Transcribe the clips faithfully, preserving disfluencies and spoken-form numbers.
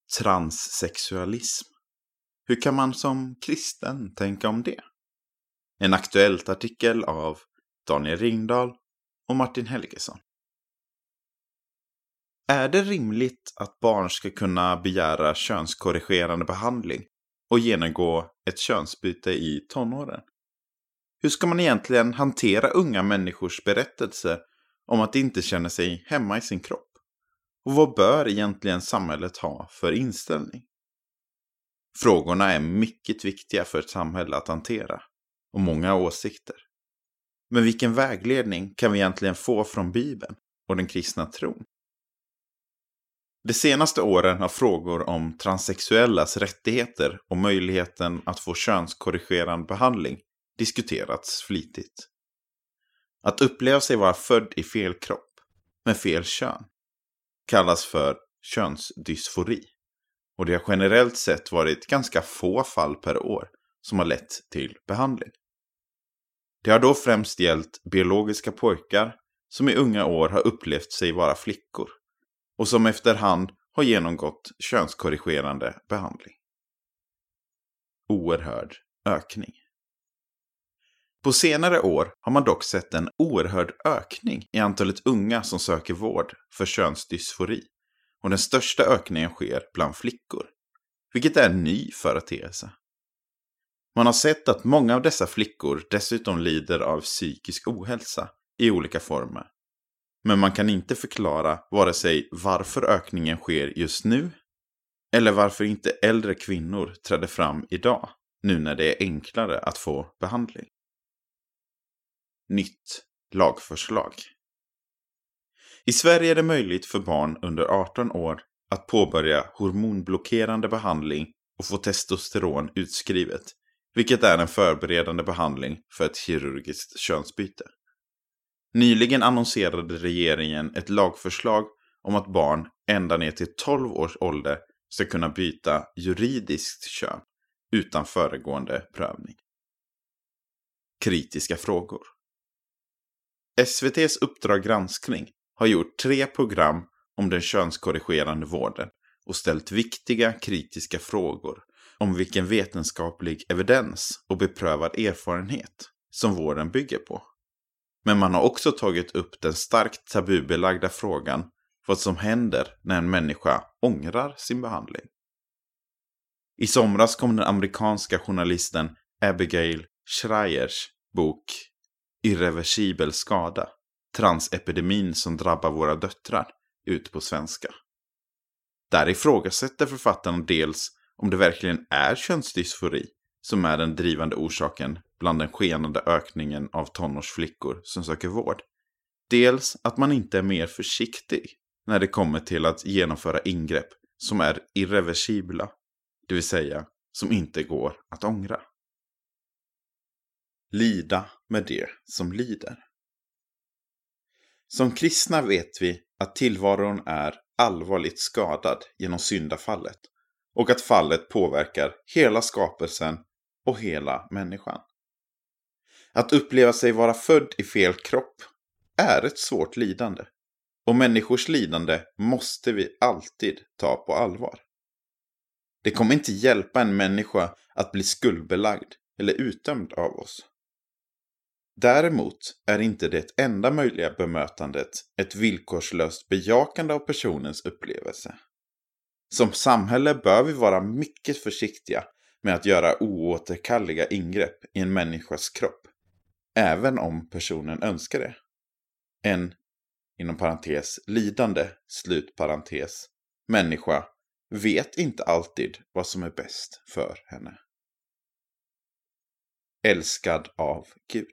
transsexualism. Hur kan man som kristen tänka om det? En aktuellt artikel av Daniel Ringdahl och Martin Helgesson. Är det rimligt att barn ska kunna begära könskorrigerande behandling och genomgå ett könsbyte i tonåren? Hur ska man egentligen hantera unga människors berättelse om att inte känna sig hemma i sin kropp? Och vad bör egentligen samhället ha för inställning? Frågorna är mycket viktiga för ett samhälle att hantera och många åsikter. Men vilken vägledning kan vi egentligen få från Bibeln och den kristna tron? De senaste åren har frågor om transsexuellas rättigheter och möjligheten att få könskorrigerande behandling diskuterats flitigt. Att uppleva sig vara född i fel kropp med fel kön kallas för könsdysfori, och det har generellt sett varit ganska få fall per år som har lett till behandling. Det har då främst gällt biologiska pojkar som i unga år har upplevt sig vara flickor och som efterhand har genomgått könskorrigerande behandling. Oerhörd ökning. På senare år har man dock sett en oerhörd ökning i antalet unga som söker vård för könsdysfori, och den största ökningen sker bland flickor, vilket är en ny företeelse. Man har sett att många av dessa flickor dessutom lider av psykisk ohälsa i olika former. Men man kan inte förklara vare sig varför ökningen sker just nu eller varför inte äldre kvinnor träder fram idag, nu när det är enklare att få behandling. Nytt lagförslag. I Sverige är det möjligt för barn under arton år att påbörja hormonblockerande behandling och få testosteron utskrivet, vilket är en förberedande behandling för ett kirurgiskt könsbyte. Nyligen annonserade regeringen ett lagförslag om att barn ända ner till tolv års ålder ska kunna byta juridiskt kön utan föregående prövning. Kritiska frågor. S V T:s Uppdrag granskning har gjort tre program om den könskorrigerande vården och ställt viktiga kritiska frågor om vilken vetenskaplig evidens och beprövad erfarenhet som vården bygger på. Men man har också tagit upp den starkt tabubelagda frågan vad som händer när en människa ångrar sin behandling. I somras kom den amerikanska journalisten Abigail Schreiers bok Irreversibel skada, transepidemin som drabbar våra döttrar ut på svenska. Där ifrågasätter författaren dels om det verkligen är könsdysfori som är den drivande orsaken bland den skenande ökningen av tonårsflickor som söker vård. Dels att man inte är mer försiktig när det kommer till att genomföra ingrepp som är irreversibla, det vill säga som inte går att ångra. Lida med det som lider. Som kristna vet vi att tillvaron är allvarligt skadad genom syndafallet och att fallet påverkar hela skapelsen och hela människan. Att uppleva sig vara född i fel kropp är ett svårt lidande, och människors lidande måste vi alltid ta på allvar. Det kommer inte hjälpa en människa att bli skuldbelagd eller utdömd av oss. Däremot är inte det enda möjliga bemötandet ett villkorslöst bejakande av personens upplevelse. Som samhälle bör vi vara mycket försiktiga med att göra oåterkalleliga ingrepp i en människas kropp, även om personen önskar det. En, inom parentes, lidande, slutparentes, människa vet inte alltid vad som är bäst för henne. Älskad av Gud.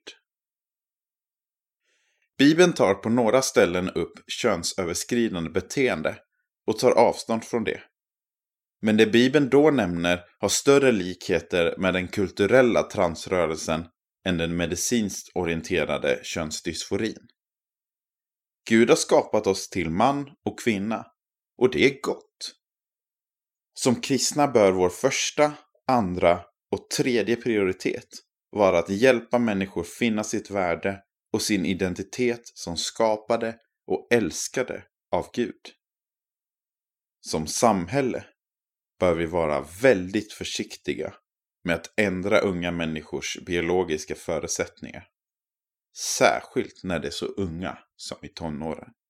Bibeln tar på några ställen upp könsöverskridande beteende och tar avstånd från det. Men det Bibeln då nämner har större likheter med den kulturella transrörelsen än den medicinskt orienterade könsdysforin. Gud har skapat oss till man och kvinna, och det är gott. Som kristna bör vår första, andra och tredje prioritet vara att hjälpa människor finna sitt värde och sin identitet som skapade och älskade av Gud. Som samhälle bör vi vara väldigt försiktiga med att ändra unga människors biologiska förutsättningar. Särskilt när de är så unga som i tonåren.